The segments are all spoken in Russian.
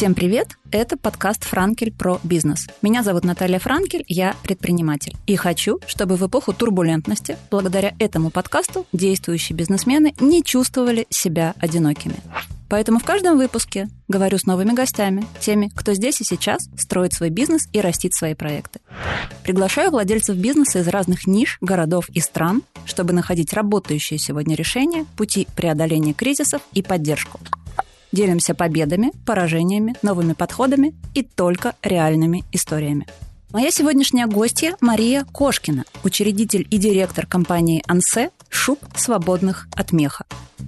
Всем привет! Это подкаст «Франкель про бизнес». Меня зовут Наталья Франкель, я предприниматель. И хочу, чтобы в эпоху турбулентности, благодаря этому подкасту, действующие бизнесмены не чувствовали себя одинокими. Поэтому в каждом выпуске говорю с новыми гостями, теми, кто здесь и сейчас строит свой бизнес и растит свои проекты. Приглашаю владельцев бизнеса из разных ниш, городов и стран, чтобы находить работающие сегодня решения, пути преодоления кризисов и поддержку. Делимся победами, поражениями, новыми подходами и только реальными историями. Моя сегодняшняя гостья Мария Кошкина, учредитель и директор компании «Ансе» шуб, свободных от меха.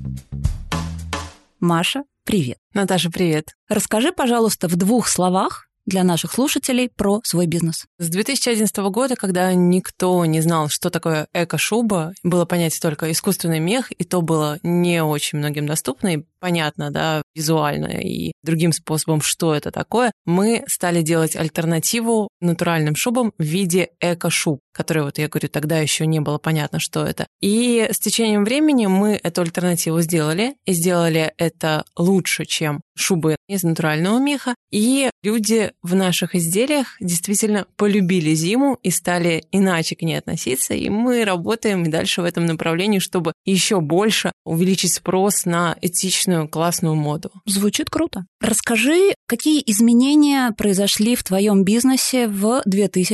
Маша, привет. Наташа, привет. Расскажи, пожалуйста, в 2 словах для наших слушателей про свой бизнес. С 2011 года, когда никто не знал, что такое эко-шуба, было понятие только искусственный мех, и то было не очень многим доступно, и понятно, да, визуально и другим способом, что это такое, мы стали делать альтернативу натуральным шубам в виде эко-шуб, которые, вот я говорю, тогда еще не было понятно, что это. И с течением времени мы эту альтернативу сделали, и сделали это лучше, чем шубы из натурального меха, и люди в наших изделиях действительно полюбили зиму и стали иначе к ней относиться, и мы работаем и дальше в этом направлении, чтобы еще больше увеличить спрос на этичную классную моду. Звучит круто. Расскажи, какие изменения произошли в твоем бизнесе в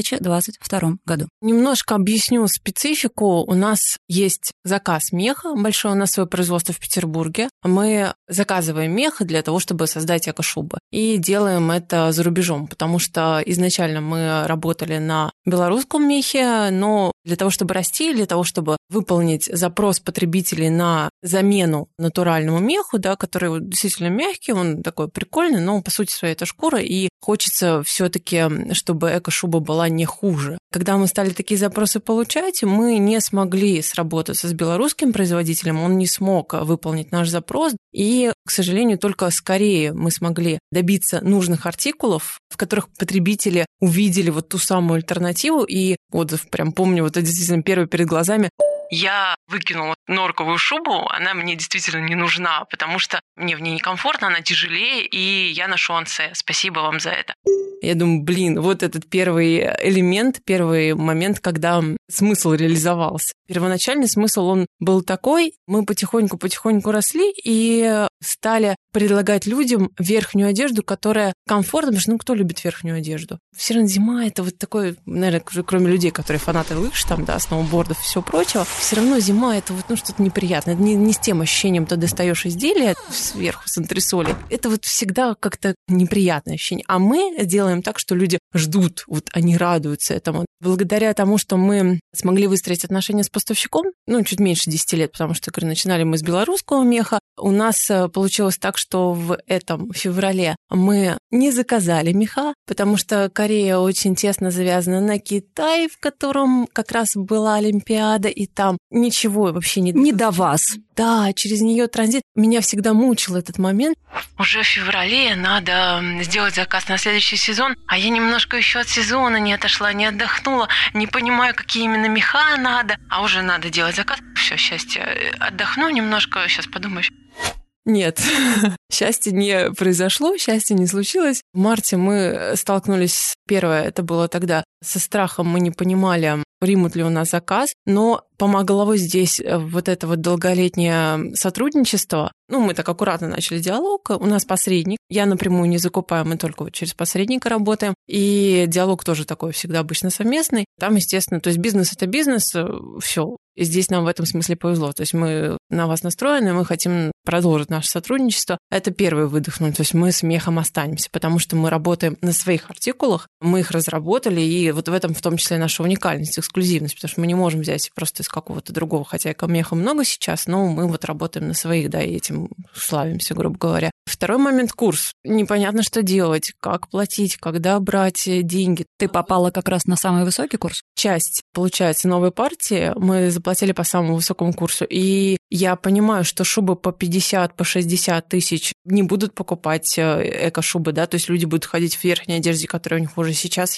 2022 году? Немножко объясню специфику. У нас есть заказ меха большой, у нас свое производство в Петербурге. Мы заказываем мех для того, чтобы создать эко-шубы. И делаем это за рубежом, потому что изначально мы работали на белорусском мехе, но для того, чтобы расти, для того, чтобы выполнить запрос потребителей на замену натуральному меху, да, который действительно мягкий, он такой прикольный, но по сути своей это шкура, и хочется все-таки, чтобы эко-шуба была не хуже. Когда мы стали такие запросы получать, мы не смогли сработаться с белорусским производителем, он не смог выполнить наш запрос, и, к сожалению, только скорее мы смогли добиться нужных артикулов, в которых потребители увидели вот ту самую альтернативу, и отзыв прям помню, вот это действительно первый перед глазами. Я выкинула норковую шубу, она мне действительно не нужна, потому что мне в ней некомфортно, она тяжелее, и я ношу Ансе. Спасибо вам за это. Я думаю, вот этот первый элемент, первый момент, когда смысл реализовался. Первоначальный смысл, он был такой, мы потихоньку росли и стали предлагать людям верхнюю одежду, которая комфортна, потому что, кто любит верхнюю одежду? Все равно зима, это вот такой, наверное, кроме людей, которые фанаты лыж, там, да, сноубордов и всего прочего, все равно зима, это вот, что-то неприятное. Это не с тем ощущением, ты достаешь изделие сверху с антресолей. Это вот всегда как-то неприятное ощущение. А мы делаем так, что люди ждут, вот они радуются этому. Благодаря тому, что мы смогли выстроить отношения с поставщиком, чуть меньше 10 лет, потому что, говорю, начинали мы с белорусского меха, у нас получилось так, что в этом феврале мы не заказали меха, потому что Корея очень тесно завязана на Китай, в котором как раз была Олимпиада, и там ничего вообще не до вас. Да, через нее транзит. Меня всегда мучил этот момент. Уже в феврале надо сделать заказ на следующий сезон, а я немножко еще от сезона не отошла, не отдохнула, не понимаю, какие именно меха надо, а уже надо делать заказ. Все, счастье. Отдохну немножко, сейчас подумаешь. Нет, счастья не произошло, счастья не случилось. В марте мы столкнулись, первое, это было тогда, со страхом, мы не понимали, примут ли у нас заказ, но помогло здесь вот это вот долголетнее сотрудничество. Мы так аккуратно начали диалог, у нас посредник, я напрямую не закупаю, мы только вот через посредника работаем, и диалог тоже такой всегда обычно совместный. Там, естественно, то есть бизнес – это бизнес, все. И здесь нам в этом смысле повезло. То есть мы на вас настроены, мы хотим продолжить наше сотрудничество. Это первый выдохнуть. То есть мы с мехом останемся, потому что мы работаем на своих артикулах, мы их разработали, и вот в этом в том числе наша уникальность, эксклюзивность, потому что мы не можем взять просто из какого-то другого, хотя эко-меха много сейчас, но мы вот работаем на своих, да, и этим славимся, грубо говоря. Второй момент – курс. Непонятно, что делать, как платить, когда брать деньги. Ты попала как раз на самый высокий курс? Часть, получается, новой партии мы заплатили по самому высокому курсу. И я понимаю, что шубы по 50, по 60 тысяч не будут покупать эко-шубы, да, то есть люди будут ходить в верхней одежде, которая у них уже сейчас есть.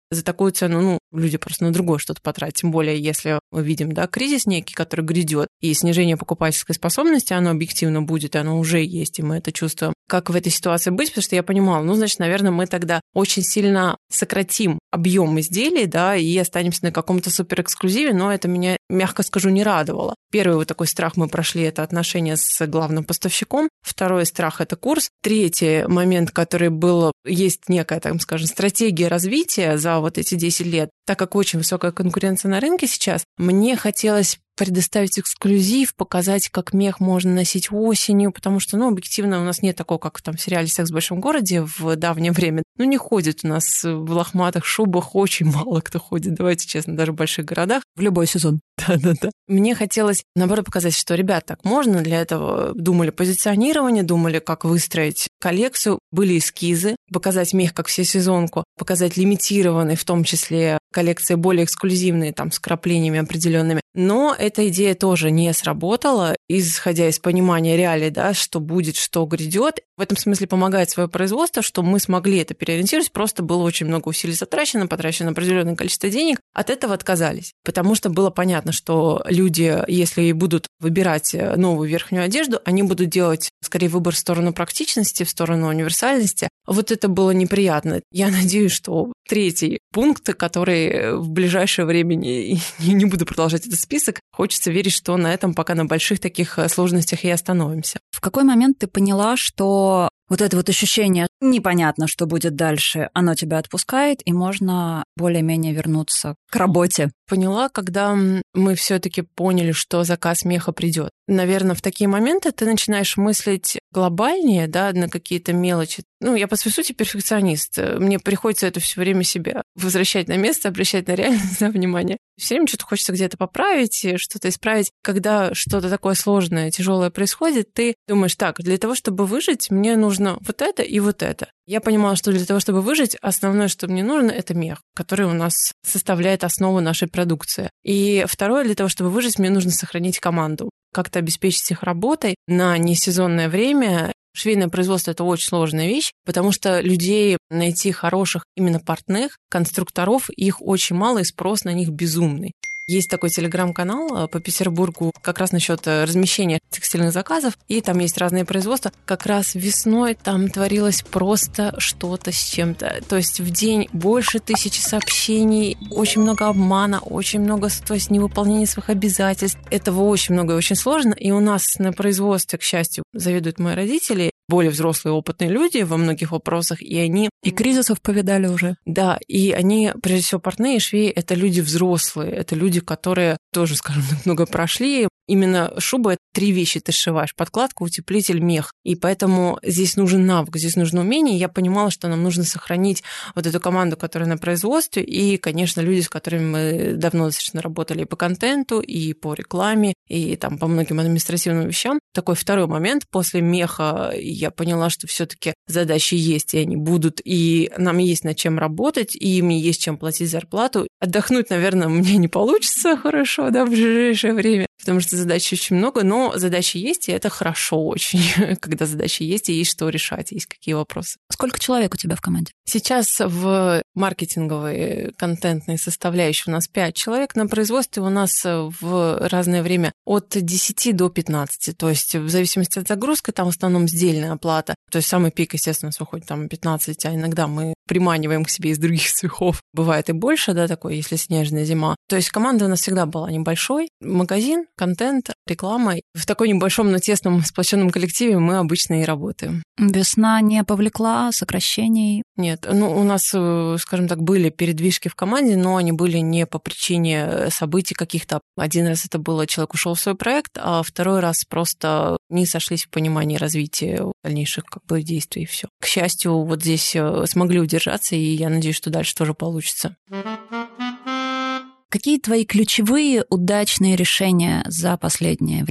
за такую цену, люди просто на другое что-то потратят. Тем более, если мы видим, кризис некий, который грядет, и снижение покупательской способности, оно объективно будет, и оно уже есть, и мы это чувствуем. Как в этой ситуации быть? Потому что я понимала, значит, наверное, мы тогда очень сильно сократим объем изделий, и останемся на каком-то суперэксклюзиве, но это меня, мягко скажу, не радовало. Первый такой страх мы прошли, это отношения с главным поставщиком. Второй страх – это курс. Третий момент, который был, есть некая, стратегия развития за эти 10 лет. Так как очень высокая конкуренция на рынке сейчас, мне хотелось предоставить эксклюзив, показать, как мех можно носить осенью, потому что, объективно у нас нет такого, как в сериале «Секс в большом городе» в давнее время. Не ходит у нас в лохматых шубах, очень мало кто ходит, давайте честно, даже в больших городах. В любой сезон. Да. Мне хотелось, наоборот, показать, что, ребят, так можно. Для этого думали позиционирование, думали, как выстроить коллекцию. Были эскизы, показать мех как всесезонку, показать лимитированные, в том числе коллекции более эксклюзивные, с краплениями определенными. Но эта идея тоже не сработала, исходя из понимания реалий, что будет, что грядет. В этом смысле помогает свое производство, что мы смогли это переориентировать, просто было очень много усилий потрачено определенное количество денег, от этого отказались. Потому что было понятно, что люди, если будут выбирать новую верхнюю одежду, они будут делать, скорее, выбор в сторону практичности, в сторону универсальности. Это было неприятно. Я надеюсь, что третий пункт, который в ближайшее время не буду продолжать этот список, хочется верить, что на этом пока на больших таких сложностях и остановимся. В какой момент ты поняла, что это ощущение непонятно, что будет дальше, оно тебя отпускает, и можно более-менее вернуться к работе? Поняла, когда мы все-таки поняли, что заказ меха придет. Наверное, в такие моменты ты начинаешь мыслить глобальнее, на какие-то мелочи. Я по своей сути перфекционист. Мне приходится это все время себя возвращать на место, обращать на реальность внимание. Все время что-то хочется где-то поправить, что-то исправить. Когда что-то такое сложное, тяжелое происходит, ты думаешь, так, для того, чтобы выжить, мне нужно вот это и вот это. Я понимала, что для того, чтобы выжить, основное, что мне нужно, это мех, который у нас составляет основу нашей продукции. И второе, для того, чтобы выжить, мне нужно сохранить команду, как-то обеспечить их работой на несезонное время. Швейное производство – это очень сложная вещь, потому что людей найти хороших именно портных, конструкторов, их очень мало, и спрос на них безумный. Есть такой телеграм-канал по Петербургу как раз насчет размещения текстильных заказов, и там есть разные производства. Как раз весной там творилось просто что-то с чем-то. То есть в день больше 1000 сообщений, очень много обмана, очень много, невыполнения своих обязательств. Этого очень много и очень сложно. И у нас на производстве, к счастью, заведуют мои родители, более взрослые, опытные люди во многих вопросах, и они... И кризисов повидали уже. Да, и они, прежде всего, портные и швеи, это люди взрослые, это люди, которые тоже, скажем так, много прошли. Именно шуба – это 3 вещи ты сшиваешь: подкладка, утеплитель, мех. И поэтому здесь нужен навык, здесь нужно умение. Я понимала, что нам нужно сохранить эту команду, которая на производстве, и, конечно, люди, с которыми мы давно достаточно работали и по контенту, и по рекламе, и по многим административным вещам. Такой второй момент. После меха я поняла, что все-таки задачи есть, и они будут, и нам есть над чем работать, и мне есть чем платить зарплату. Отдохнуть, наверное, мне не получится хорошо, в ближайшее время, потому что задач очень много, но задачи есть, и это хорошо очень, когда задачи есть, и есть что решать, есть какие вопросы. Сколько человек у тебя в команде? Сейчас в маркетинговой контентной составляющей у нас 5 человек, на производстве у нас в разное время от 10 до 15, то есть в зависимости от загрузки, там в основном сдельная оплата, то есть самый пик, естественно, у нас выходит 15, а иногда мы приманиваем к себе из других цехов, бывает и больше, такое, если снежная зима. То есть команда у нас всегда была небольшой, магазин, контент, реклама. В такой небольшом, но тесном, сплоченном коллективе мы обычно и работаем. Весна не повлекла сокращений? Нет, у нас, скажем так, были передвижки в команде, но они были не по причине событий каких-то. Один раз это было, человек ушел в свой проект, а второй раз просто не сошлись в понимании развития дальнейших действий, и все. К счастью, здесь смогли удержаться, и я надеюсь, что дальше тоже получится. Какие твои ключевые удачные решения за последнее время?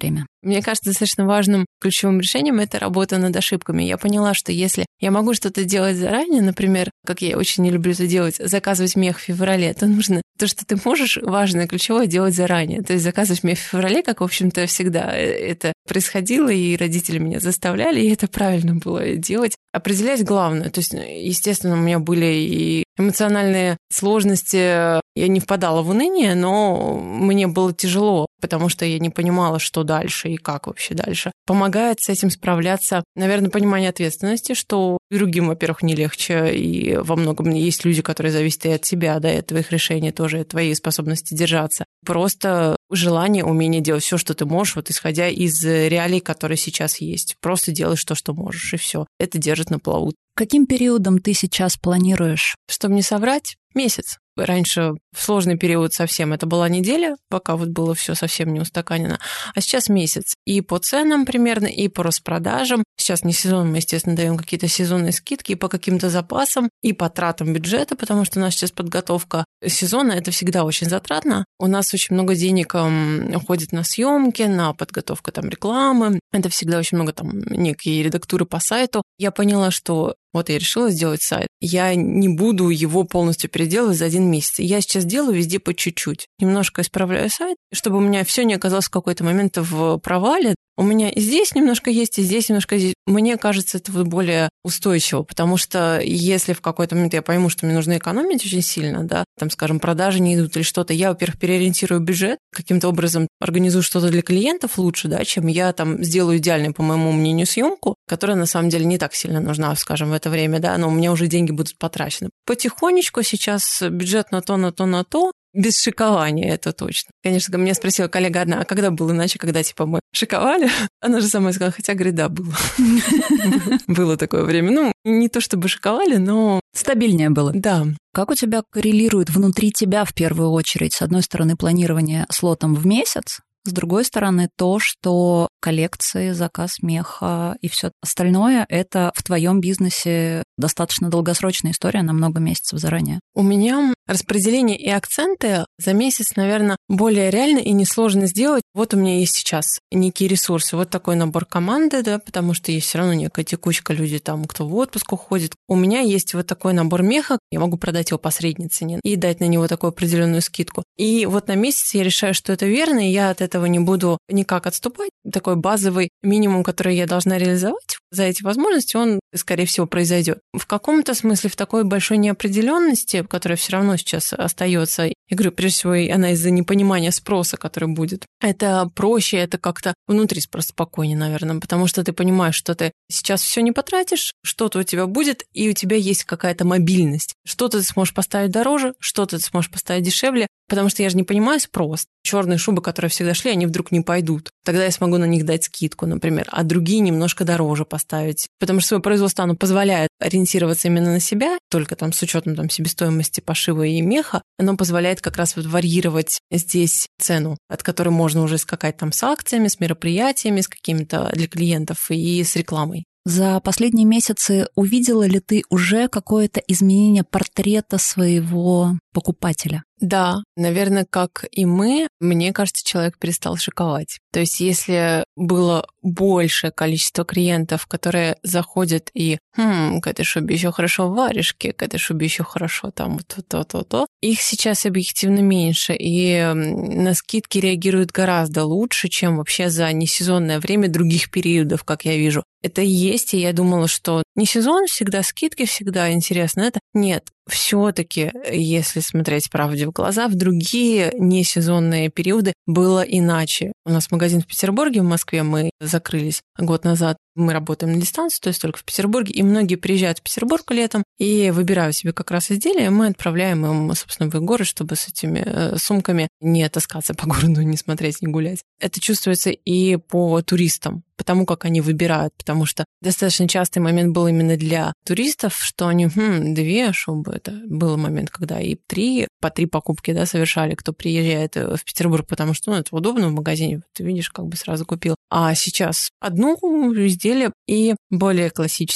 Мне кажется, достаточно важным ключевым решением это работа над ошибками. Я поняла, что если я могу что-то делать заранее, например, как я очень не люблю это делать, заказывать мех в феврале, то нужно то, что ты можешь, важное, ключевое, делать заранее. То есть заказывать мех в феврале, как, в общем-то, всегда это происходило, и родители меня заставляли, и это правильно было делать. Определять главное. То есть, естественно, у меня были и эмоциональные сложности. Я не впадала в уныние, но мне было тяжело, потому что я не понимала, что дальше и как вообще дальше. Помогает с этим справляться, наверное, понимание ответственности, что другим, во-первых, не легче, и во многом есть люди, которые зависят и от тебя, да, и от твоих решений тоже, от твоей способности держаться. Просто желание, умение делать все, что ты можешь, вот исходя из реалий, которые сейчас есть. Просто делаешь то, что можешь, и все. Это держит на плаву. Каким периодом ты сейчас планируешь? Чтобы не соврать, месяц. Раньше в сложный период совсем это была неделя, пока вот было все совсем не устаканено, а сейчас месяц. И по ценам примерно, и по распродажам. Сейчас не сезон, мы, естественно, даем какие-то сезонные скидки, и по каким-то запасам, и по тратам бюджета, потому что у нас сейчас подготовка сезона, это всегда очень затратно. У нас очень много денег уходит на съемки, на подготовку там рекламы. Это всегда очень много там некие редактуры по сайту. Я поняла, что вот я решила сделать сайт. Я не буду его полностью переделывать за 1 месяц. Я сейчас делаю везде по чуть-чуть. Немножко исправляю сайт, чтобы у меня все не оказалось в какой-то момент в провале. У меня и здесь немножко есть, и здесь немножко есть. Мне кажется, это вот более устойчиво, потому что если в какой-то момент я пойму, что мне нужно экономить очень сильно, да, там, скажем, продажи не идут или что-то, я, во-первых, переориентирую бюджет, каким-то образом организую что-то для клиентов лучше, да, чем я там сделаю идеальную, по моему мнению, съемку, которая на самом деле не так сильно нужна, скажем, в это время, да, но у меня уже деньги будут потрачены. Потихонечку сейчас бюджет на то, без шикования, это точно. Конечно, меня спросила коллега одна, а когда было иначе, когда, типа, мы шиковали? Она же сама сказала, хотя, говорит, да, было. Было такое время. Ну, не то чтобы шиковали, но... Стабильнее было. Да. Как у тебя коррелирует внутри тебя, в первую очередь, с одной стороны, планирование слотом в месяц, с другой стороны, то, что коллекции, заказ меха и все остальное – это в твоем бизнесе достаточно долгосрочная история на много месяцев заранее. У меня распределение и акценты за месяц, наверное, более реально и несложно сделать. Вот у меня есть сейчас некие ресурсы. Вот такой набор команды, да, потому что есть все равно некая текучка людей там, кто в отпуск уходит. У меня есть вот такой набор меха, я могу продать его по средней цене и дать на него такую определенную скидку. И вот на месяц я решаю, что это верно, и я от этого не буду никак отступать. Такой базовый минимум, который я должна реализовать, за эти возможности он, скорее всего, произойдет. В каком-то смысле в такой большой неопределенности, которая все равно сейчас остается, я говорю, прежде всего, она из-за непонимания спроса, который будет. Это проще, это как-то внутри просто спокойнее, наверное, потому что ты понимаешь, что ты сейчас все не потратишь, что-то у тебя будет, и у тебя есть какая-то мобильность. Что-то ты сможешь поставить дороже, что-то ты сможешь поставить дешевле, потому что я же не понимаю спрос. Черные шубы, которые всегда шли, они вдруг не пойдут. Тогда я смогу на них дать скидку, например, а другие немножко дороже поставить. Потому что свое производство, оно позволяет ориентироваться именно на себя, только там с учетом там себестоимости пошива и меха, оно позволяет как раз вот варьировать здесь цену, от которой можно уже скакать там с акциями, с мероприятиями, с какими-то для клиентов и с рекламой. За последние месяцы увидела ли ты уже какое-то изменение портрета своего покупателя? Да, наверное, как и мы, мне кажется, человек перестал шиковать. То есть если было большее количество клиентов, которые заходят и к этой шубе еще хорошо в варежке, к этой шубе еще хорошо там вот то, их сейчас объективно меньше, и на скидки реагируют гораздо лучше, чем вообще за несезонное время других периодов, как я вижу. Это и есть, и я думала, что не сезон, всегда скидки, всегда интересно. Это нет. Все-таки, если смотреть правде в глаза, в другие несезонные периоды было иначе. У нас магазин в Петербурге, в Москве, мы закрылись год назад. Мы работаем на дистанцию, то есть только в Петербурге, и многие приезжают в Петербург летом и выбирают себе как раз изделия, мы отправляем им, собственно, в их город, чтобы с этими сумками не таскаться по городу, не смотреть, не гулять. Это чувствуется и по туристам, потому как они выбирают, потому что достаточно частый момент был именно для туристов, что они, 2 шубы, это был момент, когда и по 3 покупки, да, совершали, кто приезжает в Петербург, потому что, это удобно в магазине, ты видишь, как бы сразу купил. А сейчас одну изделие и более классическое.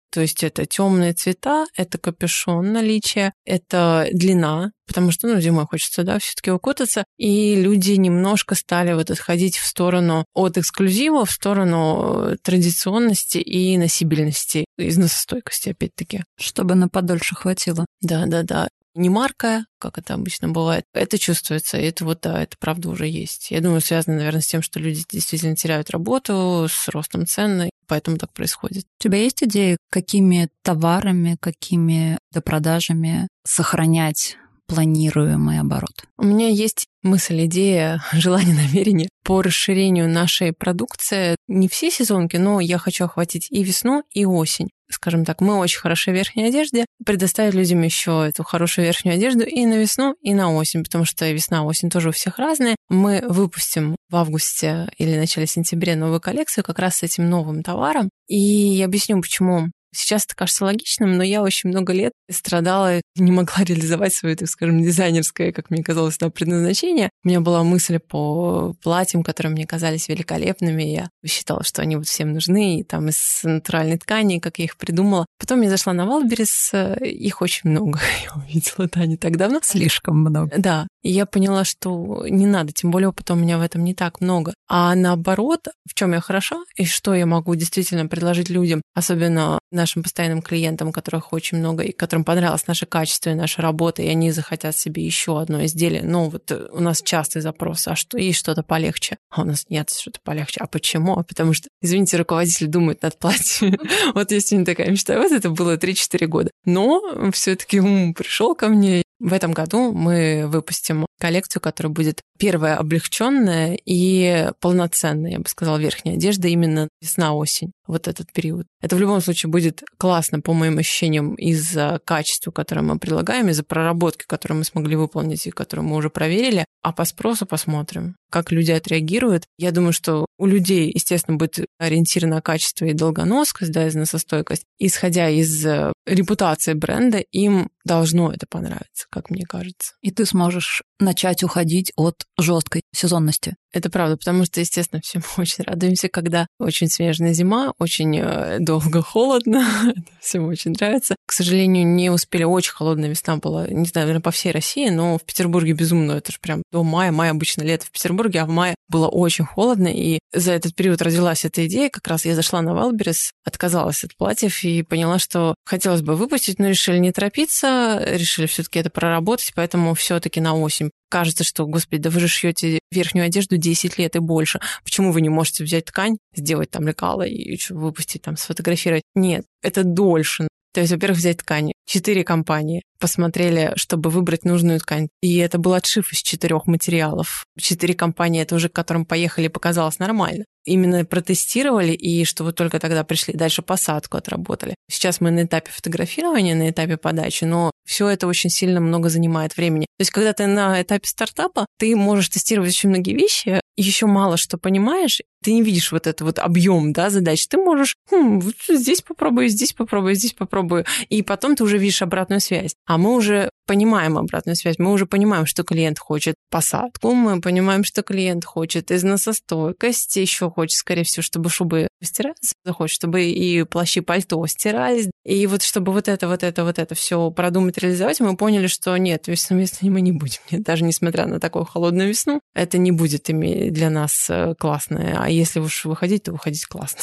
То есть это темные цвета, это капюшон наличие, это длина, потому что, зимой хочется, все-таки укутаться. И люди немножко стали отходить в сторону от эксклюзива, в сторону традиционности и носибельности, износостойкости, опять-таки. Чтобы на подольше хватило. Да. Не маркая, как это обычно бывает. Это чувствуется, и это это правда уже есть. Я думаю, связано, наверное, с тем, что люди действительно теряют работу, с ростом цен, поэтому так происходит. У тебя есть идеи, какими товарами, какими допродажами сохранять планируемый оборот? У меня есть мысль, идея, желание, намерение по расширению нашей продукции. Не все сезонки, но я хочу охватить и весну, и осень. Скажем так, мы очень хороши в верхней одежде, предоставить людям еще эту хорошую верхнюю одежду и на весну, и на осень, потому что весна, осень тоже у всех разные. Мы выпустим в августе или начале сентября новую коллекцию как раз с этим новым товаром. И я объясню, почему. Сейчас это кажется логичным, но я очень много лет страдала, не могла реализовать свое, так скажем, дизайнерское, как мне казалось, предназначение. У меня была мысль по платьям, которые мне казались великолепными. Я считала, что они всем нужны, и там из натуральной ткани, как я их придумала. Потом я зашла на Wildberries, их очень много. Я увидела, не так давно. Слишком много. Да. И я поняла, что не надо, тем более опыта у меня в этом не так много. А наоборот, в чем я хороша и что я могу действительно предложить людям, особенно нашим постоянным клиентам, которых очень много, и которым понравилось наше качество и наша работа, и они захотят себе еще одно изделие. У нас частый запрос, а что есть что-то полегче? А у нас нет что-то полегче. А почему? Потому что, извините, руководитель думает над платьем. Есть у меня такая мечта. Это было 3-4 года. Но все-таки ум пришел ко мне. В этом году мы выпустим коллекцию, которая будет первая облегченная и полноценная, я бы сказала, верхняя одежда именно весна-осень, этот период. Это в любом случае будет классно, по моим ощущениям, из-за качества, которое мы предлагаем, из-за проработки, которую мы смогли выполнить и которую мы уже проверили. А по спросу посмотрим, как люди отреагируют. Я думаю, что у людей, естественно, будет ориентир на качество и долгоноскость, износостойкость. Исходя из репутации бренда, им должно это понравиться, как мне кажется. И ты сможешь начать уходить от жесткой сезонности. Это правда, потому что, естественно, все мы очень радуемся, когда очень снежная зима, очень долго холодно, это всем очень нравится. К сожалению, не успели, очень холодная весна была, не знаю, наверное, по всей России, но в Петербурге безумно, это же прям до мая, май обычно лето в Петербурге, а в мае было очень холодно, и за этот период родилась эта идея, как раз я зашла на Wildberries, отказалась от платьев и поняла, что хотелось бы выпустить, но решили не торопиться, решили все-таки это проработать, поэтому все-таки на осень. Кажется, что, господи, да вы же шьете верхнюю одежду 10 лет и больше. Почему вы не можете взять ткань, сделать лекало и выпустить, сфотографировать? Нет, это дольше. То есть, во-первых, взять ткани. 4 компании посмотрели, чтобы выбрать нужную ткань. И это был отшив из 4 материалов. 4 компании, это уже к которым поехали, показалось нормально. Именно протестировали, и что только тогда пришли. Дальше посадку отработали. Сейчас мы на этапе фотографирования, на этапе подачи, но все это очень сильно много занимает времени. То есть, когда ты на этапе стартапа, ты можешь тестировать очень многие вещи, еще мало что понимаешь, ты не видишь этот объем задач. Ты можешь здесь попробую, здесь попробую, здесь попробую. И потом ты уже видишь обратную связь. А мы уже понимаем обратную связь, мы уже понимаем, что клиент хочет посадку, мы понимаем, что клиент хочет износостойкость, еще хочет, скорее всего, чтобы шубы стирались, захочет, чтобы и плащи, пальто стирались. И чтобы это все продумать, реализовать, мы поняли, что нет, весной мы не будем. Нет, даже несмотря на такую холодную весну, это не будет иметь для нас классное. А если уж выходить, то выходить классно.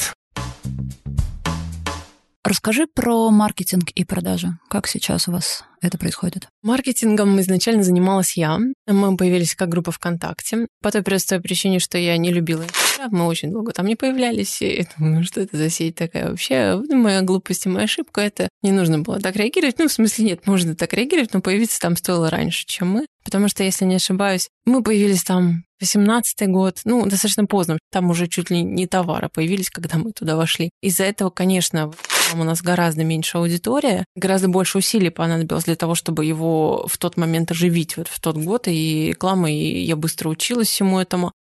Расскажи про маркетинг и продажи. Как сейчас у вас это происходит? Маркетингом изначально занималась я. Мы появились как группа ВКонтакте. По той простой причине, что я не любила Инстаграм. Мы очень долго там не появлялись. И я думаю, что это за сеть такая вообще? Моя глупость и моя ошибка. Это не нужно было так реагировать. В смысле, нет, можно так реагировать, но появиться там стоило раньше, чем мы. Потому что, если не ошибаюсь, мы появились там 18-й год, достаточно поздно. Там уже чуть ли не товары появились, когда мы туда вошли. Из-за этого, конечно, там у нас гораздо меньше аудитория, гораздо больше усилий понадобилось для того, чтобы его в тот момент оживить в тот год, и реклама, и я быстро училась всему этому.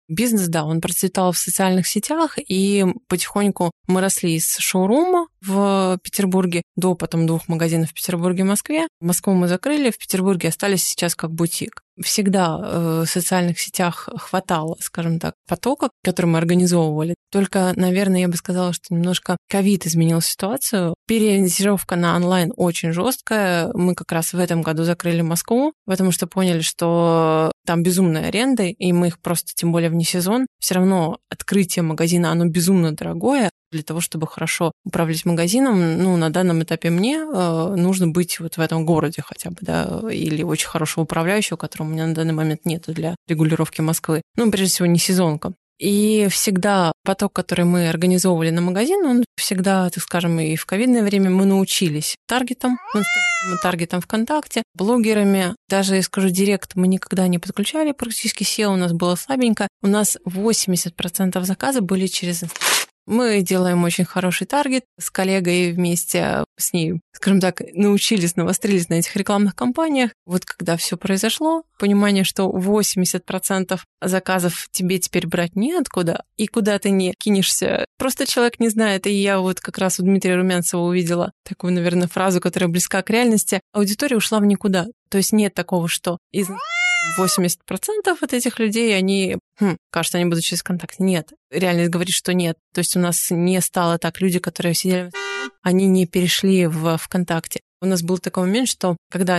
Бизнес, да, он процветал в социальных сетях, и потихоньку мы росли из шоурума в Петербурге до потом 2 магазинов в Петербурге и Москве. Москву мы закрыли, в Петербурге остались сейчас как бутик. Всегда в социальных сетях хватало, скажем так, потока, который мы организовывали. Только, наверное, я бы сказала, что немножко ковид изменил ситуацию. Переориентировка на онлайн очень жесткая. Мы как раз в этом году закрыли Москву, потому что поняли, что там безумные аренды, и мы их просто, тем более вне сезон, все равно открытие магазина, оно безумно дорогое. Для того, чтобы хорошо управлять магазином, на данном этапе мне нужно быть вот в этом городе хотя бы, да, или очень хорошего управляющего, которого у меня на данный момент нет для регулировки Москвы. Прежде всего, не сезонка. И всегда поток, который мы организовывали на магазин, он всегда, так скажем, и в ковидное время мы научились таргетом в Инстаграме, таргетом ВКонтакте, блогерами. Даже, я скажу, директ мы никогда не подключали, практически SEO у нас было слабенько. У нас 80% заказов были через Инстаграм. Мы делаем очень хороший таргет с коллегой вместе с ней, скажем так, научились, навострились на этих рекламных кампаниях. Вот когда все произошло, понимание, что 80% заказов тебе теперь брать неоткуда, и куда ты не кинешься. Просто человек не знает. И я вот как раз у Дмитрия Румянцева увидела такую, наверное, фразу, которая близка к реальности. Аудитория ушла в никуда. То есть нет такого, что из 80% от этих людей, они, кажется, они будут через ВКонтакте. Нет. Реальность говорит, что нет. То есть у нас не стало так. Люди, которые сидели, они не перешли в ВКонтакте. У нас был такой момент, что когда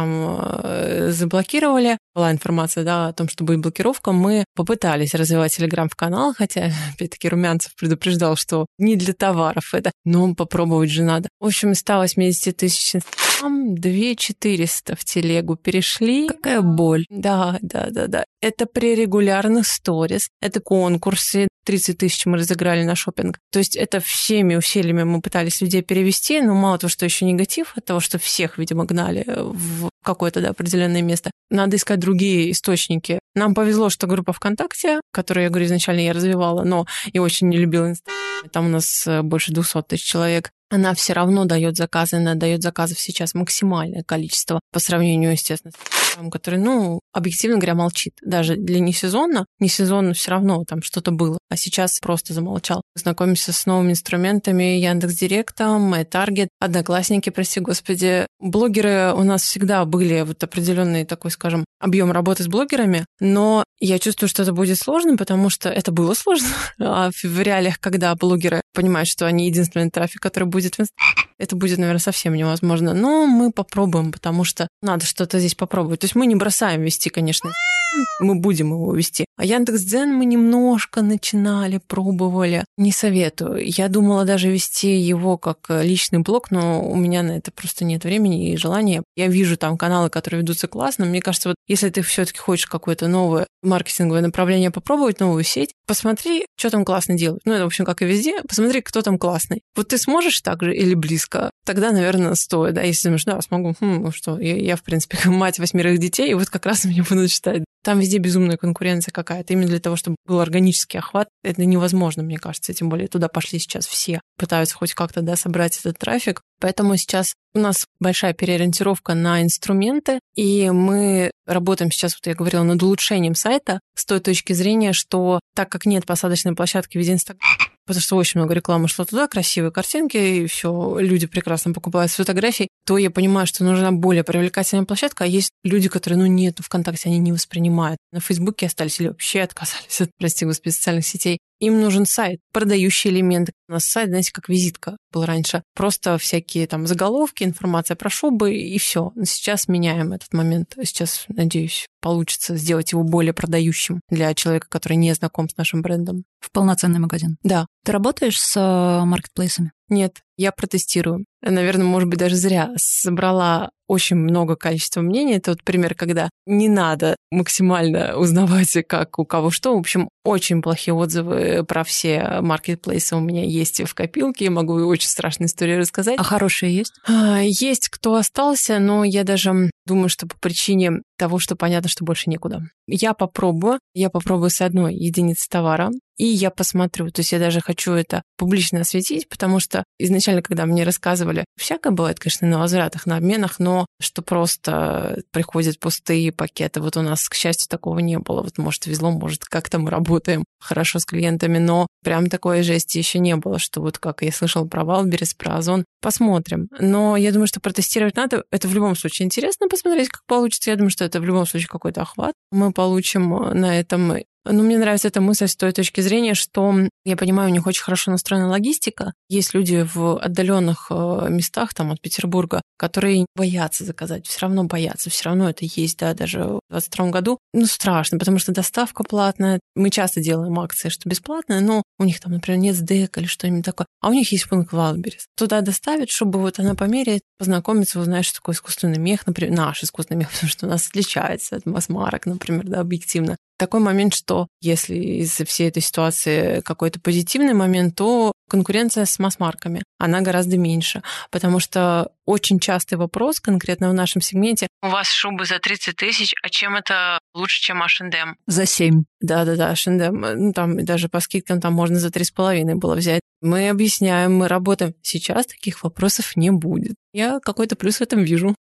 там заблокировали, была информация, да, о том, что будет блокировка, мы попытались развивать Telegram в канал, хотя, опять-таки, Румянцев предупреждал, что не для товаров это, но попробовать же надо. В общем, из 180 тысяч Инстаграм 2400 в телегу перешли. Какая боль. Да. Это при регулярных сторис, это конкурсы. 30 тысяч мы разыграли на шопинг. То есть это всеми усилиями мы пытались людей перевести, но мало того, что еще негатив от того, что всех, видимо, гнали в какое-то определенное место. Надо искать другие источники. Нам повезло, что группа ВКонтакте, которую, я говорю, изначально я развивала, но и очень не любила Инстаграм, там у нас больше 200 тысяч человек, она все равно дает заказы, она дает заказов сейчас максимальное количество по сравнению, естественно, с Инстаграмом, который, объективно говоря, молчит. Даже для несезонно все равно там что-то было, а сейчас просто замолчал. Знакомимся с новыми инструментами, Яндекс.Директом, MyTarget, Одноклассники, прости господи. Блогеры у нас всегда были вот определенный такой, скажем, объем работы с блогерами, но я чувствую, что это будет сложно, потому что это было сложно. А в реалиях, когда блогеры понимают, что они единственный трафик, который будет в Инстаграме, это будет, наверное, совсем невозможно. Но мы попробуем, потому что надо что-то здесь попробовать. То есть мы не бросаем вести, конечно, мы будем его вести. А Яндекс.Дзен мы немножко начинали, пробовали. Не советую. Я думала даже вести его как личный блог, но у меня на это просто нет времени и желания. Я вижу там каналы, которые ведутся классно. Мне кажется, вот если ты все-таки хочешь какое-то новое маркетинговое направление попробовать, новую сеть, посмотри, что там классно делают. Это, в общем, как и везде. Посмотри, кто там классный. Вот ты сможешь так же или близко? Тогда, наверное, стоит. Да, если думаешь, да, смогу. Что, я, в принципе, мать 8 детей, и вот как раз меня будут считать. Там везде безумная конкуренция какая-то. Именно для того, чтобы был органический охват, это невозможно, мне кажется. Тем более туда пошли сейчас все. Пытаются хоть как-то, собрать этот трафик. Поэтому сейчас у нас большая переориентировка на инструменты, и мы работаем сейчас, вот я говорила, над улучшением сайта с той точки зрения, что так как нет посадочной площадки в виде Инстаграма, потому что очень много рекламы шло туда, красивые картинки, и все, люди прекрасно покупают фотографии, то я понимаю, что нужна более привлекательная площадка, а есть люди, которые, нет, ВКонтакте они не воспринимают. На Фейсбуке остались или вообще отказались от, прости господи, социальных сетей. Им нужен сайт, продающий элементы. У нас сайт, знаете, как визитка был раньше. Просто всякие там заголовки, информация про шубы и все. Сейчас меняем этот момент. Сейчас, надеюсь, получится сделать его более продающим для человека, который не знаком с нашим брендом. В полноценный магазин? Да. Ты работаешь с маркетплейсами? Нет, я протестирую. Наверное, может быть, даже зря собрала очень много количества мнений. Это вот пример, когда не надо максимально узнавать, как у кого что. В общем, очень плохие отзывы про все маркетплейсы у меня есть в копилке. Я могу очень страшную историю рассказать. А хорошие есть? Есть кто остался, но я даже думаю, что по причине того, что понятно, что больше некуда. Я попробую с одной единицы товара. и я посмотрю. То есть я даже хочу это публично осветить, потому что изначально, когда мне рассказывали, всякое бывает, конечно, на возвратах, на обменах, но что просто приходят пустые пакеты. Вот у нас, к счастью, такого не было. Вот, может, везло, может, как-то мы работаем хорошо с клиентами, но прям такой жести еще не было, что вот как я слышала про Wildberries, про Озон. Посмотрим. Но я думаю, что протестировать надо. Это в любом случае интересно посмотреть, как получится. Я думаю, что это в любом случае какой-то охват мы получим на этом. Но мне нравится эта мысль с той точки зрения, что я понимаю, у них очень хорошо настроена логистика. Есть люди в отдаленных местах, там, от Петербурга, которые боятся заказать, все равно боятся, все равно это есть, да, даже в 2022 году. Ну, страшно, потому что доставка платная. Мы часто делаем акции, что бесплатная, но у них там, например, нет СДЭК или что-нибудь такое. А у них есть пункт Wildberries. Туда доставят, чтобы вот она померяет, познакомиться, узнать, что такое искусственный мех, например, наш искусственный мех, потому что у нас отличается от масс-марок, например, да, объективно. Такой момент, что если из всей этой ситуации какой-то позитивный момент, то конкуренция с масс-марками, она гораздо меньше, потому что очень частый вопрос конкретно в нашем сегменте: у вас шубы за 30 тысяч, а чем это лучше, чем H&M? За 7. Да, H&M, ну там даже по скидкам там можно за 3,5 было взять. Мы объясняем, мы работаем. Сейчас таких вопросов не будет. Я какой-то плюс в этом вижу.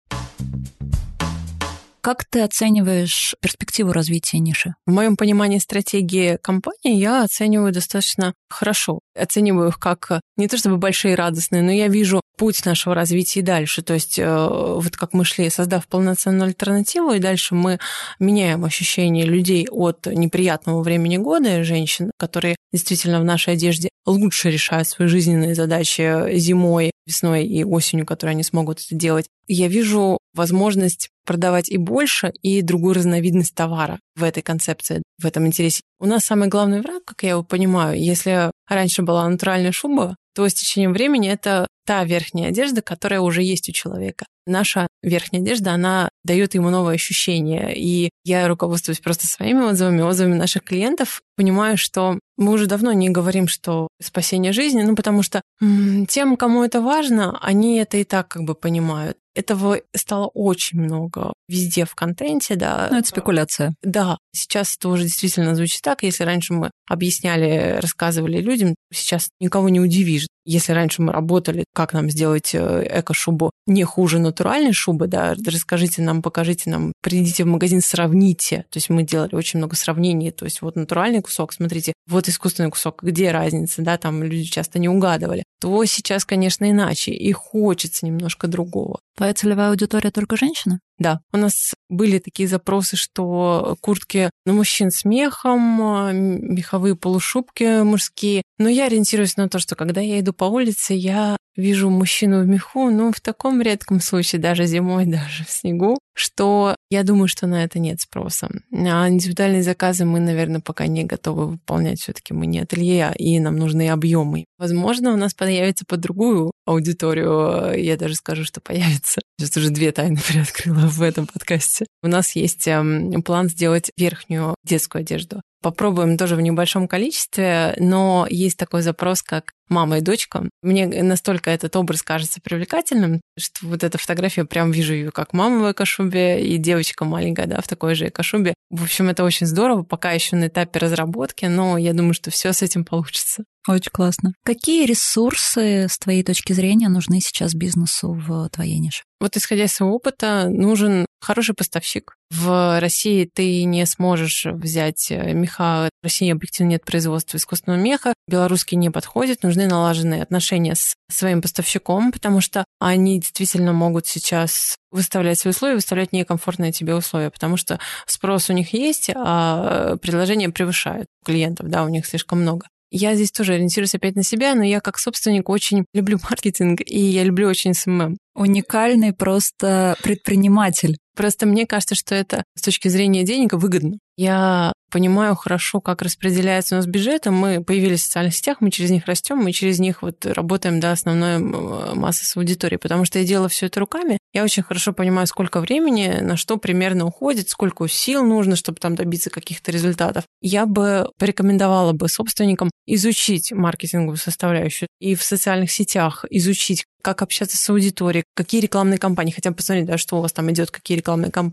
Как ты оцениваешь перспективу развития ниши? В моем понимании стратегии компании я оцениваю достаточно хорошо. Оцениваю их как не то чтобы большие и радостные, но я вижу путь нашего развития и дальше. То есть вот как мы шли, создав полноценную альтернативу, и дальше мы меняем ощущение людей от неприятного времени года, женщин, которые действительно в нашей одежде лучше решают свои жизненные задачи зимой, весной и осенью, которые они смогут это делать. Я вижу возможность продавать и больше, и другую разновидность товара в этой концепции, в этом интересе. У нас самый главный враг, как я его понимаю, если раньше была натуральная шуба, то с течением времени это та верхняя одежда, которая уже есть у человека. Наша верхняя одежда, она дает ему новое ощущение. И я руководствуюсь просто своими отзывами наших клиентов. Понимаю, что мы уже давно не говорим, что спасение жизни, потому что тем, кому это важно, они это и так как бы понимают. Этого стало очень много везде в контенте, да. Ну, это спекуляция. Да, сейчас это уже действительно звучит так. Если раньше мы объясняли, рассказывали людям, сейчас никого не удивишь. Если раньше мы работали, как нам сделать эко-шубу не хуже натуральной шубы, да, расскажите нам, покажите нам, придите в магазин, сравните. То есть мы делали очень много сравнений. То есть вот натуральный кусок, смотрите, вот искусственный кусок, где разница, да, там люди часто не угадывали. То сейчас, конечно, иначе, и хочется немножко другого. Твоя целевая аудитория только женщины? Да, у нас были такие запросы, что куртки на мужчин с мехом, меховые полушубки мужские. Но я ориентируюсь на то, что когда я иду по улице, я вижу мужчину в меху, в таком редком случае, даже зимой, даже в снегу, что я думаю, что на это нет спроса. А индивидуальные заказы мы, наверное, пока не готовы выполнять. Все-таки мы не ателье, и нам нужны объемы. Возможно, у нас появится под другую аудиторию. Я даже скажу, что появится. Сейчас уже 2 тайны приоткрыла в этом подкасте. У нас есть план сделать верхнюю детскую одежду. Попробуем тоже в небольшом количестве, но есть такой запрос, как мама и дочка. Мне настолько этот образ кажется привлекательным, что вот эта фотография, прям вижу ее как мама в эко-шубе и девочка маленькая, да, в такой же эко-шубе. В общем, это очень здорово, пока еще на этапе разработки, но я думаю, что все с этим получится. Очень классно. Какие ресурсы, с твоей точки зрения, нужны сейчас бизнесу в твоей нише? Вот исходя из своего опыта, нужен хороший поставщик. В России ты не сможешь взять меха. В России объективно нет производства искусственного меха. Белорусский не подходит. Нужны налаженные отношения с своим поставщиком, потому что они действительно могут сейчас выставлять свои условия, выставлять некомфортные тебе условия, потому что спрос у них есть, а предложения превышают клиентов, да, у них слишком много. Я здесь тоже ориентируюсь опять на себя, но я как собственник очень люблю маркетинг, и я люблю очень СММ. Уникальный просто предприниматель. Просто мне кажется, что это с точки зрения денег выгодно. Я понимаю хорошо, как распределяется у нас бюджет. Мы появились в социальных сетях, мы через них растем, мы через них вот работаем до основной массы с аудиторией. Потому что я делала все это руками. Я очень хорошо понимаю, сколько времени, на что примерно уходит, сколько сил нужно, чтобы там добиться каких-то результатов. Я бы порекомендовала бы собственникам изучить маркетинговую составляющую и в социальных сетях изучить, как общаться с аудиторией, какие рекламные кампании, хотя бы посмотреть, да, что у вас там идет, какие рекламные кампании,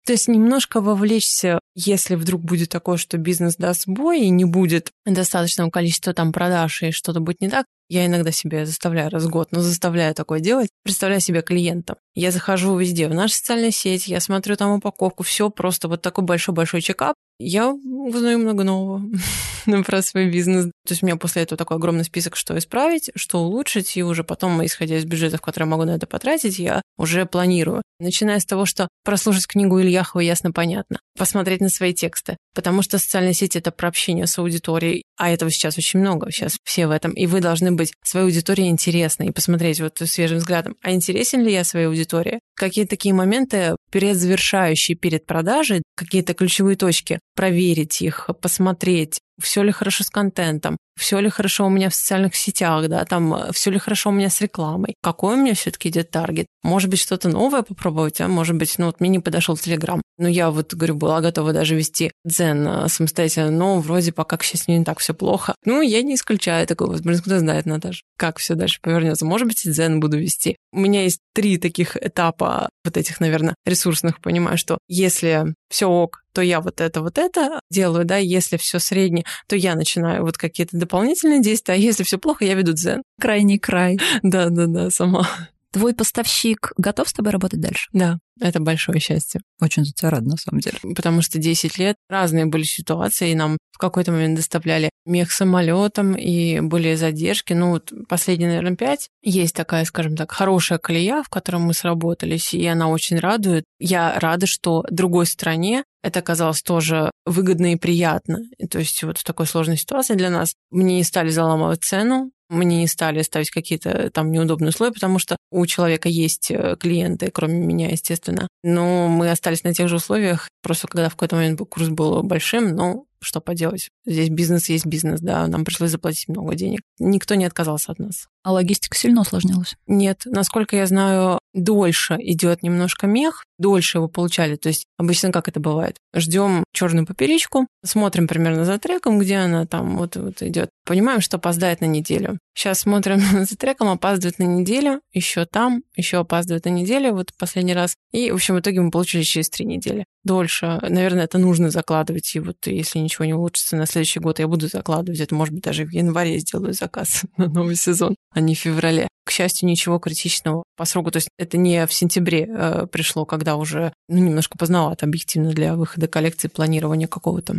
То есть немножко вовлечься, если вдруг будет такое, что бизнес даст сбой и не будет достаточного количества там продаж и что-то будет не так, я иногда себе заставляю раз в год, но заставляю такое делать, представляю себя клиентом. Я захожу везде, в наши социальные сети, я смотрю там упаковку, все просто вот такой большой-большой чекап. Я узнаю много нового про свой бизнес. То есть у меня после этого такой огромный список, что исправить, что улучшить, и уже потом, исходя из бюджетов, которые я могу на это потратить, я уже планирую. Начиная с того, что прослушать книгу Ильяхова ясно-понятно, посмотреть на свои тексты, потому что социальные сети — это про общение с аудиторией, а этого сейчас очень много, сейчас все в этом, и вы должны быть своей аудитории интересны и посмотреть вот свежим взглядом, а интересен ли я своей аудитории? Какие такие моменты предзавершающие перед продажей, какие-то ключевые точки, проверить их, посмотреть, все ли хорошо с контентом, все ли хорошо у меня в социальных сетях, да, там, все ли хорошо у меня с рекламой, какой у меня все-таки идет таргет. Может быть, что-то новое попробовать, а может быть, ну вот мне не подошел Telegram. Но я вот, говорю, была готова даже вести Дзен самостоятельно, но вроде пока, к счастью, не так все плохо. Ну, я не исключаю такого возможность, кто знает, Наташа, как все дальше повернется. Может быть, и Дзен буду вести. У меня есть 3 таких этапа вот этих, наверное, ресурсных. Понимаю, что если все ок, то я вот это делаю, да, если все среднее, то я начинаю вот какие-то дополнительные действия, а если все плохо, я веду Дзен. Крайний край. Да, сама. Твой поставщик готов с тобой работать дальше? Да, это большое счастье. Очень за тебя рада, на самом деле. Потому что 10 лет разные были ситуации, и нам в какой-то момент доставляли мех самолетом, и были задержки. Ну, вот последние, наверное, 5. Есть такая, скажем так, хорошая колея, в которой мы сработались, и она очень радует. Я рада, что другой стране это оказалось тоже выгодно и приятно. То есть вот в такой сложной ситуации для нас мне не стали заламывать цену, мне не стали ставить какие-то там неудобные условия, потому что у человека есть клиенты, кроме меня, естественно. Но мы остались на тех же условиях. Просто когда в какой-то момент курс был большим, но что поделать. Здесь бизнес есть бизнес, да, нам пришлось заплатить много денег. Никто не отказался от нас. А логистика сильно усложнилась? Нет, насколько я знаю, дольше идет немножко мех, дольше его получали. То есть обычно как это бывает? Ждем черную поперечку, смотрим примерно за треком, где она там вот идет. Понимаем, что опоздает на неделю. Сейчас смотрим за треком, опаздывает на неделю, еще там, еще опаздывает на неделю, вот последний раз. И, в общем, в итоге мы получили через 3 недели. Дольше. Наверное, это нужно закладывать. И вот если ничего не улучшится, на следующий год я буду закладывать. Это, может быть, даже в январе я сделаю заказ на новый сезон, а не в феврале. К счастью, ничего критичного по сроку. То есть это не в сентябре пришло, когда уже немножко поздновато объективно для выхода коллекции, планирования какого-то.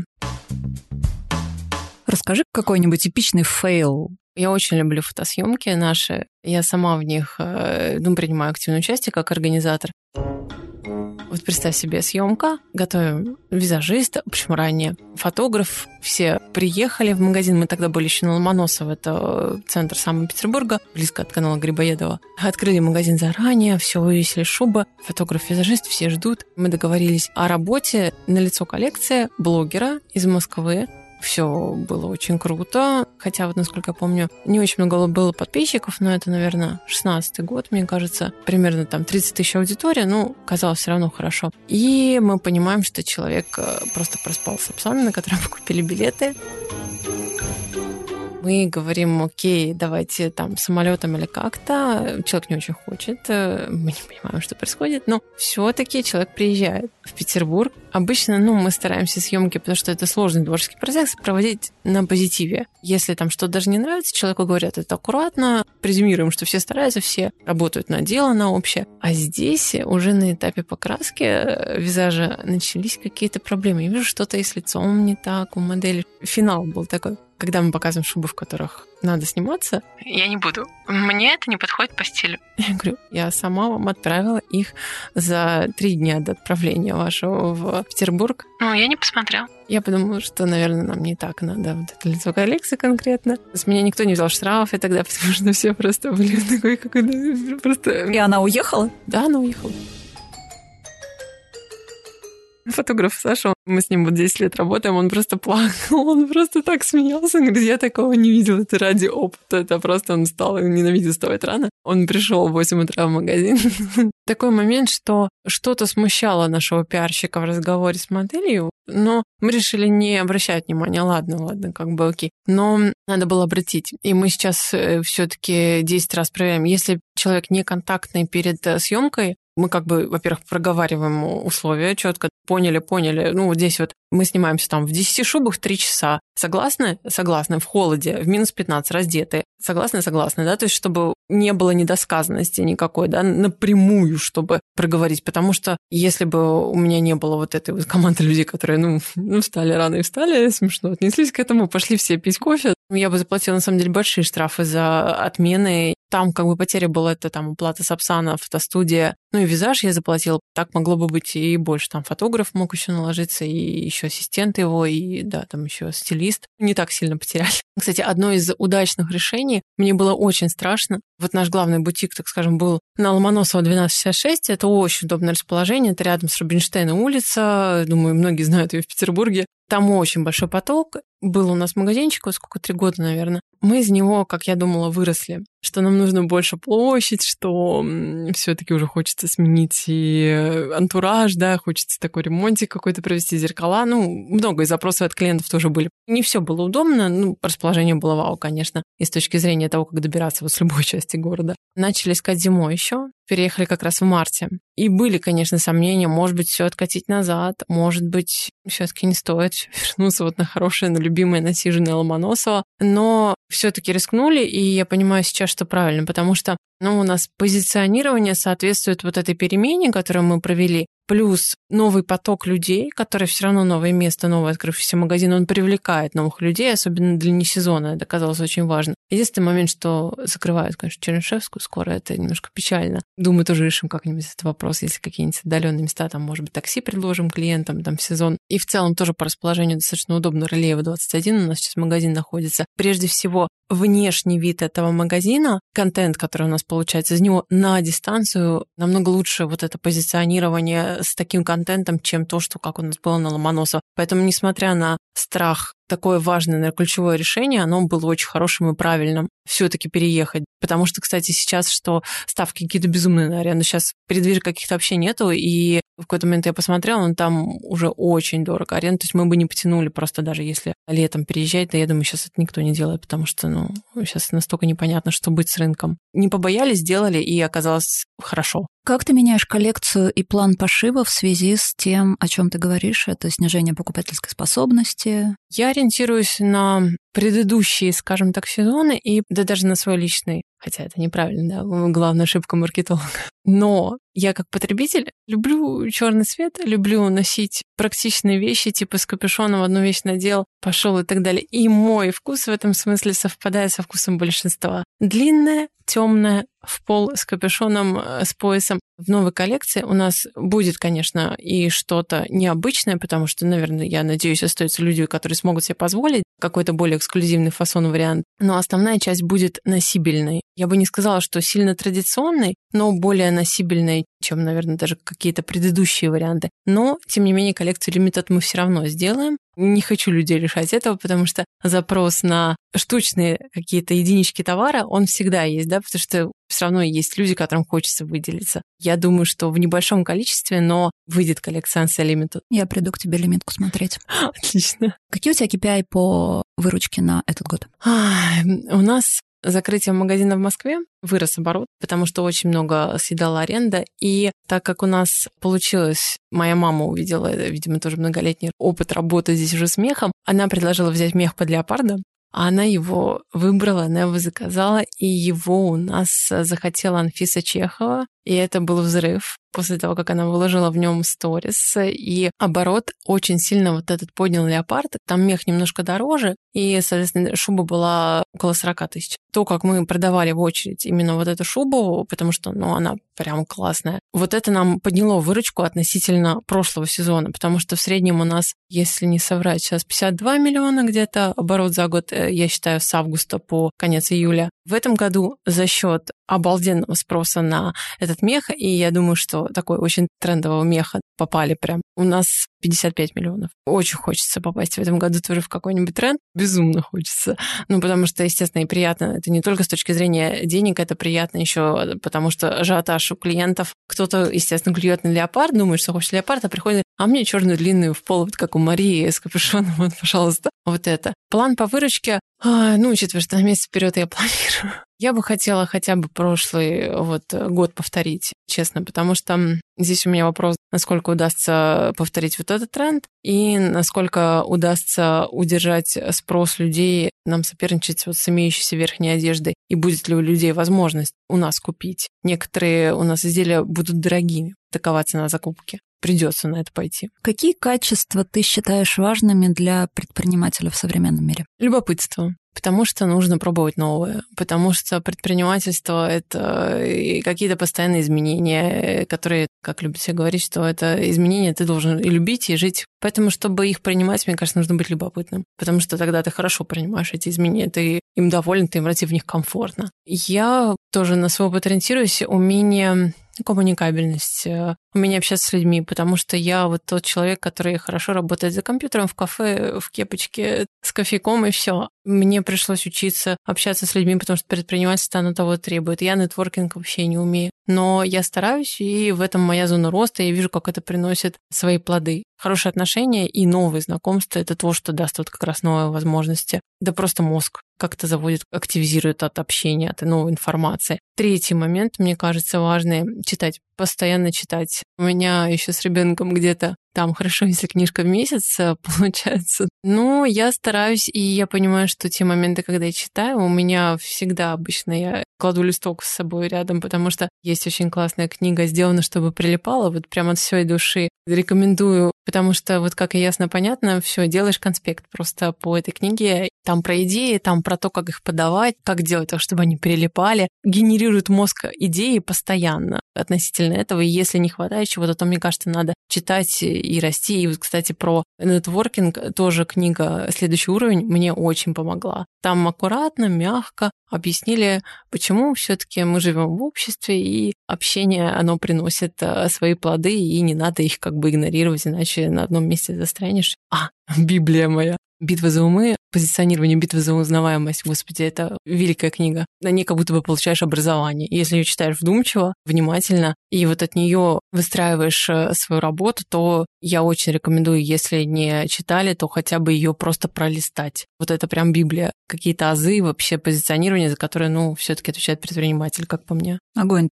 Расскажи какой-нибудь типичный фейл. Я очень люблю фотосъемки наши. Я сама в них принимаю активное участие как организатор. Вот представь себе, съемка, готовим визажиста, причем ранее, фотограф, все приехали в магазин, мы тогда были еще на Ломоносово, это центр Санкт-Петербурга, близко от канала Грибоедова. Открыли магазин заранее, все вывесили шубы, фотограф-визажист, все ждут. Мы договорились о работе, налицо коллекция блогера из Москвы. Все было очень круто, хотя вот, насколько я помню, не очень много было подписчиков, но это, наверное, 16-й год, мне кажется, примерно там 30 тысяч аудитория, казалось все равно хорошо. И мы понимаем, что человек просто проспал с псами, на которые мы купили билеты. Мы говорим, окей, давайте там самолетом или как-то. Человек не очень хочет, мы не понимаем, что происходит, но все-таки человек приезжает в Петербург. Обычно, мы стараемся съемки, потому что это сложный творческий процесс, проводить на позитиве. Если там что-то даже не нравится, человеку говорят, это аккуратно, презюмируем, что все стараются, все работают на дело, на общее. А здесь уже на этапе покраски визажа начались какие-то проблемы. Я вижу, что-то и с лицом не так у модели. Финал был такой. Когда мы показываем шубы, в которых надо сниматься, я не буду. Мне это не подходит по стилю. Я говорю, я сама вам отправила их за 3 дня до отправления вашего в Петербург. Я не посмотрела. Я подумала, что, наверное, нам не так надо вот это лицо коллекции конкретно. С меня никто не взял штрафы тогда, потому что все просто были такой какой-то просто... И она уехала? Да, она уехала. Фотограф Саша, мы с ним вот 10 лет работаем, он просто плакал, он просто так смеялся, он говорит, я такого не видел, это ради опыта, это просто он встал и ненавидит вставать рано. Он пришел в 8 утра в магазин. Такой момент, что что-то смущало нашего пиарщика в разговоре с моделью, но мы решили не обращать внимания, ладно, как бы окей. Но надо было обратить. И мы сейчас все-таки 10 раз проверяем, если человек не контактный перед съемкой, Мы во-первых, проговариваем условия четко, поняли. Вот здесь вот мы снимаемся там в 10 шубах 3 часа. Согласны? Согласны. В холоде, в минус 15, раздетые. Согласны? Согласны, да? То есть, чтобы не было недосказанности никакой, да, напрямую, чтобы проговорить. Потому что если бы у меня не было вот этой вот команды людей, которые, встали рано и встали, смешно отнеслись к этому, пошли все пить кофе, я бы заплатила, на самом деле, большие штрафы за отмены. Там потеря была, это там оплата Сапсана, фотостудия, и визаж я заплатила. Так могло бы быть и больше. Там фотограф мог еще наложиться, и еще ассистент его, и да, там еще стилист. Не так сильно потеряли. Кстати, одно из удачных решений, мне было очень страшно. Вот наш главный бутик, так скажем, был на Ломоносова 1266. Это очень удобное расположение. Это рядом с Рубинштейна улица. Думаю, многие знают ее в Петербурге. Там очень большой поток. Был у нас магазинчик, 3 года, наверное. Мы из него, как я думала, выросли. Что нам нужно больше площадь, что все-таки уже хочется сменить и антураж, да, хочется такой ремонтик какой-то провести, зеркала. Много и запросов от клиентов тоже были. Не все было удобно, расположение было вау, конечно, и с точки зрения того, как добираться с любой части города. Начали искать зимой еще, переехали как раз в марте. И были, конечно, сомнения, может быть, все откатить назад, может быть, все-таки не стоит вернуться на хорошее, на любимое, насиженное Ломоносово. Но все-таки рискнули, и я понимаю сейчас, что правильно, потому что у нас позиционирование соответствует вот этой перемене, которую мы провели, плюс новый поток людей, который все равно новое место, новый открывшийся магазин, он привлекает новых людей, особенно для несезона. Это оказалось очень важно. Единственный момент, что закрывают, конечно, Чернышевскую скоро, это немножко печально. Думаю, тоже решим как-нибудь этот вопрос, если какие-нибудь отдаленные места, там, может быть, такси предложим клиентам там в сезон. И в целом тоже по расположению достаточно удобно. Рылеева 21, у нас сейчас магазин находится. Прежде всего, внешний вид этого магазина, контент, который у нас получается, из него на дистанцию намного лучше вот это позиционирование с таким контентом, чем то, что как у нас было на Ломоносово. Поэтому, несмотря на страх, такое важное, наверное, ключевое решение, оно было очень хорошим и правильным все-таки переехать. Потому что, кстати, сейчас, что ставки какие-то безумные на аренду, сейчас передвижек каких-то вообще нету, и в какой-то момент я посмотрела, там уже очень дорого аренда, то есть мы бы не потянули просто даже если летом переезжать, да я думаю, сейчас это никто не делает, потому что, сейчас настолько непонятно, что быть с рынком. Не побоялись, сделали, и оказалось хорошо. Как ты меняешь коллекцию и план пошива в связи с тем, о чем ты говоришь? Это снижение покупательской способности? Я ориентируюсь на предыдущие, скажем так, сезоны и даже на свой личный. Хотя это неправильно, да, главная ошибка маркетолога. Но я как потребитель люблю черный цвет, люблю носить практичные вещи, типа с капюшоном одну вещь надел, пошел и так далее. И мой вкус в этом смысле совпадает со вкусом большинства. Длинная, темная, в пол с капюшоном, с поясом. В новой коллекции у нас будет, конечно, и что-то необычное, потому что, наверное, я надеюсь, остаются люди, которые смогут себе позволить какой-то более эксклюзивный фасон-вариант. Но основная часть будет носибельной. Я бы не сказала, что сильно традиционной, но более носибельной, чем, наверное, даже какие-то предыдущие варианты. Но, тем не менее, коллекцию Limited мы все равно сделаем. Не хочу людей лишать этого, потому что запрос на штучные какие-то единички товара, он всегда есть, да, потому что все равно есть люди, которым хочется выделиться. Я думаю, что в небольшом количестве, но выйдет коллекция Limited. Я приду к тебе лимитку смотреть. Отлично. Какие у тебя KPI по выручке на этот год? У нас закрытием магазина в Москве вырос оборот, потому что очень много съедала аренда. И так как у нас получилось, моя мама увидела, видимо, тоже многолетний опыт работы здесь уже с мехом, она предложила взять мех под леопарда, а она его выбрала, она его заказала, и его у нас захотела Анфиса Чехова, и это был взрыв после того, как она выложила в нем сторис, и оборот очень сильно вот этот поднял леопард. Там мех немножко дороже, и, соответственно, шуба была около 40 тысяч. То, как мы продавали в очередь именно вот эту шубу, потому что, она прям классная, вот это нам подняло выручку относительно прошлого сезона, потому что в среднем у нас, если не соврать, сейчас 52 миллиона где-то оборот за год, я считаю, с августа по конец июля. В этом году за счет обалденного спроса на этот мех, и я думаю, что такой очень трендового меха попали прям. У нас 55 миллионов. Очень хочется попасть в этом году тоже в какой-нибудь тренд. Безумно хочется. Потому что, естественно, и приятно. Это не только с точки зрения денег, это приятно еще, потому что ажиотаж у клиентов. Кто-то, естественно, клюет на леопард, думает, что хочет леопард, а приходит, а мне черную длинную в пол, вот как у Марии с капюшоном, вот, пожалуйста. Вот это. План по выручке, учитывая, что на месяц вперед я планирую. Я бы хотела хотя бы прошлый год повторить, честно, потому что здесь у меня вопрос, насколько удастся повторить вот этот тренд и насколько удастся удержать спрос людей, нам соперничать с имеющейся верхней одеждой, и будет ли у людей возможность у нас купить. Некоторые у нас изделия будут дорогими, такова цена закупки. Придется на это пойти. Какие качества ты считаешь важными для предпринимателя в современном мире? Любопытство. Потому что нужно пробовать новое, потому что предпринимательство — это какие-то постоянные изменения, которые, как любят все говорить, что это изменения ты должен и любить, и жить. Поэтому, чтобы их принимать, мне кажется, нужно быть любопытным, потому что тогда ты хорошо принимаешь эти изменения, ты им доволен, ты им в них комфортно. Я тоже на свой опыт ориентируюсь, умение, коммуникабельность, умение общаться с людьми, потому что я тот человек, который хорошо работает за компьютером, в кафе, в кепочке, с кофейком и все. Мне пришлось учиться общаться с людьми, потому что предпринимательство, оно того требует. Я нетворкинг вообще не умею. Но я стараюсь, и в этом моя зона роста, я вижу, как это приносит свои плоды. Хорошие отношения и новые знакомства — это то, что даст как раз новые возможности. Да просто мозг как-то заводит, активизирует от общения, от новой информации. Третий момент, мне кажется, важный — читать, постоянно читать. У меня еще с ребенком где-то там хорошо, если книжка в месяц получается. Но я стараюсь, и я понимаю, что те моменты, когда я читаю, у меня всегда обычно я кладу листок с собой рядом, потому что есть очень классная книга «Сделано, чтобы прилипало», прямо от всей души. Рекомендую, потому что как и ясно понятно, все делаешь конспект просто по этой книге. Там про идеи, там про то, как их подавать, как делать так, чтобы они прилипали. Генерирует мозг идеи постоянно относительно этого. И если не хватает чего-то, то, мне кажется, надо читать и расти. И кстати, про нетворкинг тоже книга «Следующий уровень» мне очень помогла. Там аккуратно, мягко объяснили, почему все-таки мы живем в обществе, и общение, оно приносит свои плоды, и не надо их игнорировать, иначе на одном месте застрянешь. Библия моя. «Битва за умы», позиционирование «Битвы за узнаваемость». Господи, это великая книга. На ней как будто бы получаешь образование. Если ее читаешь вдумчиво, внимательно, и от нее выстраиваешь свою работу, то я очень рекомендую, если не читали, то хотя бы ее просто пролистать. Это прям Библия. Какие-то азы вообще позиционирования, за которые, все-таки отвечает предприниматель, как по мне. Огонь.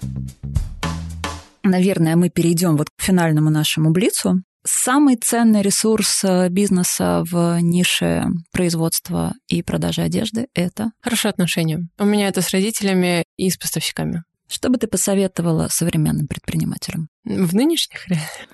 Наверное, мы перейдем к финальному нашему блицу. Самый ценный ресурс бизнеса в нише производства и продажи одежды – это? Хорошие отношения. У меня это с родителями и с поставщиками. Что бы ты посоветовала современным предпринимателям? В нынешних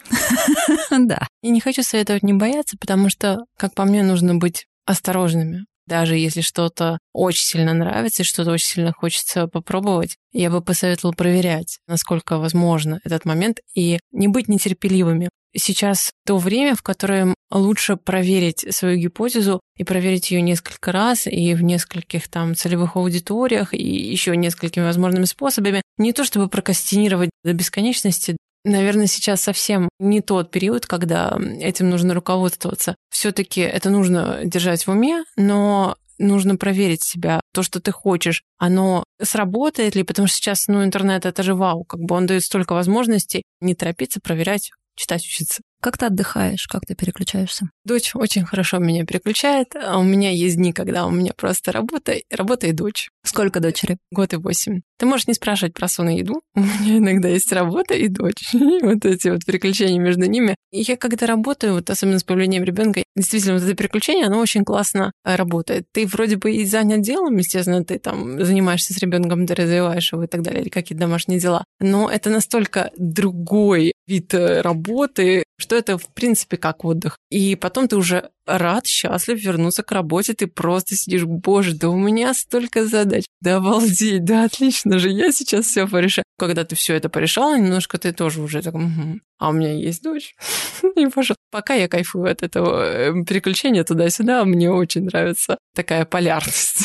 реалиях? Да. Я не хочу советовать не бояться, потому что, как по мне, нужно быть осторожными. Даже если что-то очень сильно нравится и что-то очень сильно хочется попробовать, я бы посоветовала проверять, насколько возможно этот момент, и не быть нетерпеливыми. Сейчас то время, в котором лучше проверить свою гипотезу и проверить ее несколько раз и в нескольких целевых аудиториях и еще несколькими возможными способами. Не то чтобы прокрастинировать до бесконечности. Наверное, сейчас совсем не тот период, когда этим нужно руководствоваться. Все-таки это нужно держать в уме, но нужно проверить себя. То, что ты хочешь, оно сработает ли? Потому что сейчас, интернет — это же вау. Он дает столько возможностей. Не торопиться, проверять, читать, учиться. Как ты отдыхаешь? Как ты переключаешься? Дочь очень хорошо меня переключает. А у меня есть дни, когда у меня просто работа и дочь. Сколько дочери? 1 год и 8. Ты можешь не спрашивать про сон и еду. У меня иногда есть работа и дочь. И эти переключения между ними. И я когда работаю, особенно с появлением ребенка, действительно, это переключение, оно очень классно работает. Ты вроде бы и занят делом, естественно, ты занимаешься с ребенком, ты развиваешь его и так далее, или какие-то домашние дела. Но это настолько другой вид работы, что это, в принципе, как отдых. И потом ты уже рад, счастлив вернуться к работе, ты просто сидишь, боже, да у меня столько задач, да обалдеть, да отлично же, я сейчас все порешаю. Когда ты все это порешала, немножко ты тоже уже так, а у меня есть дочь. И пошел. Пока я кайфую от этого переключения туда-сюда, мне очень нравится такая полярность.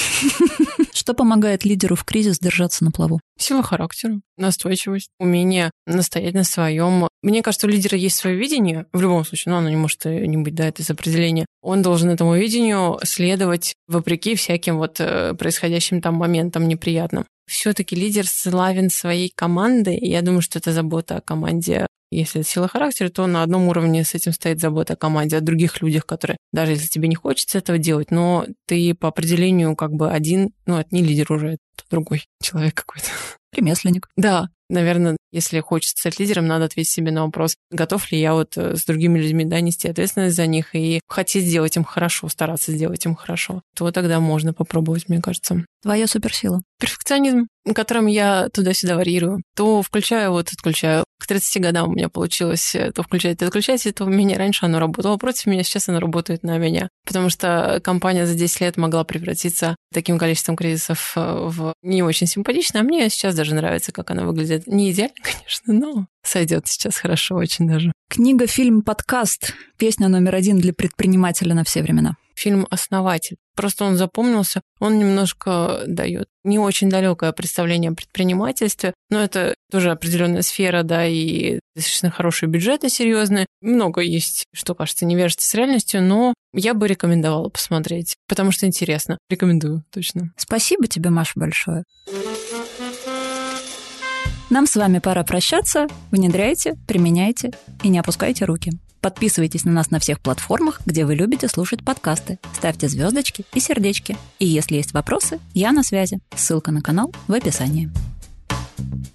Что помогает лидеру в кризис держаться на плаву? Сила характера, настойчивость, умение настоять на своем. Мне кажется, у лидера есть свое видение, в любом случае, оно не может не быть, это из определения. Он должен этому видению следовать вопреки всяким происходящим моментам неприятным. Все-таки лидер славен своей командой, и я думаю, что это забота о команде. если это сила характера, то на одном уровне с этим стоит забота о команде, о других людях, которые, даже если тебе не хочется этого делать, но ты по определению как бы один, это не лидер уже, это другой человек какой-то. Ремесленник. Да, наверное, если хочется стать лидером, надо ответить себе на вопрос, готов ли я с другими людьми, нести ответственность за них и хотеть сделать им хорошо, стараться сделать им хорошо. То тогда можно попробовать, мне кажется. Твоя суперсила. Перфекционизм, которым я туда-сюда варьирую. То включаю, отключаю. К 30 годам у меня получилось то включать, то отключать. Это у меня раньше оно работало против меня, сейчас оно работает на меня. Потому что компания за 10 лет могла превратиться таким количеством кризисов в не очень симпатично, а мне сейчас даже нравится, как она выглядит. Не идеально, конечно, но сойдет сейчас хорошо очень даже. Книга, фильм, подкаст. Песня номер 1 для предпринимателя на все времена. Фильм «Основатель». Просто он запомнился, он немножко дает не очень далекое представление о предпринимательстве, но это тоже определенная сфера, и достаточно хорошие бюджеты серьезные. Много есть, что кажется, не вяжется с реальностью, но я бы рекомендовала посмотреть, потому что интересно. Рекомендую, точно. Спасибо тебе, Маша, большое. Нам с вами пора прощаться. Внедряйте, применяйте и не опускайте руки. Подписывайтесь на нас на всех платформах, где вы любите слушать подкасты. Ставьте звездочки и сердечки. И если есть вопросы, я на связи. Ссылка на канал в описании.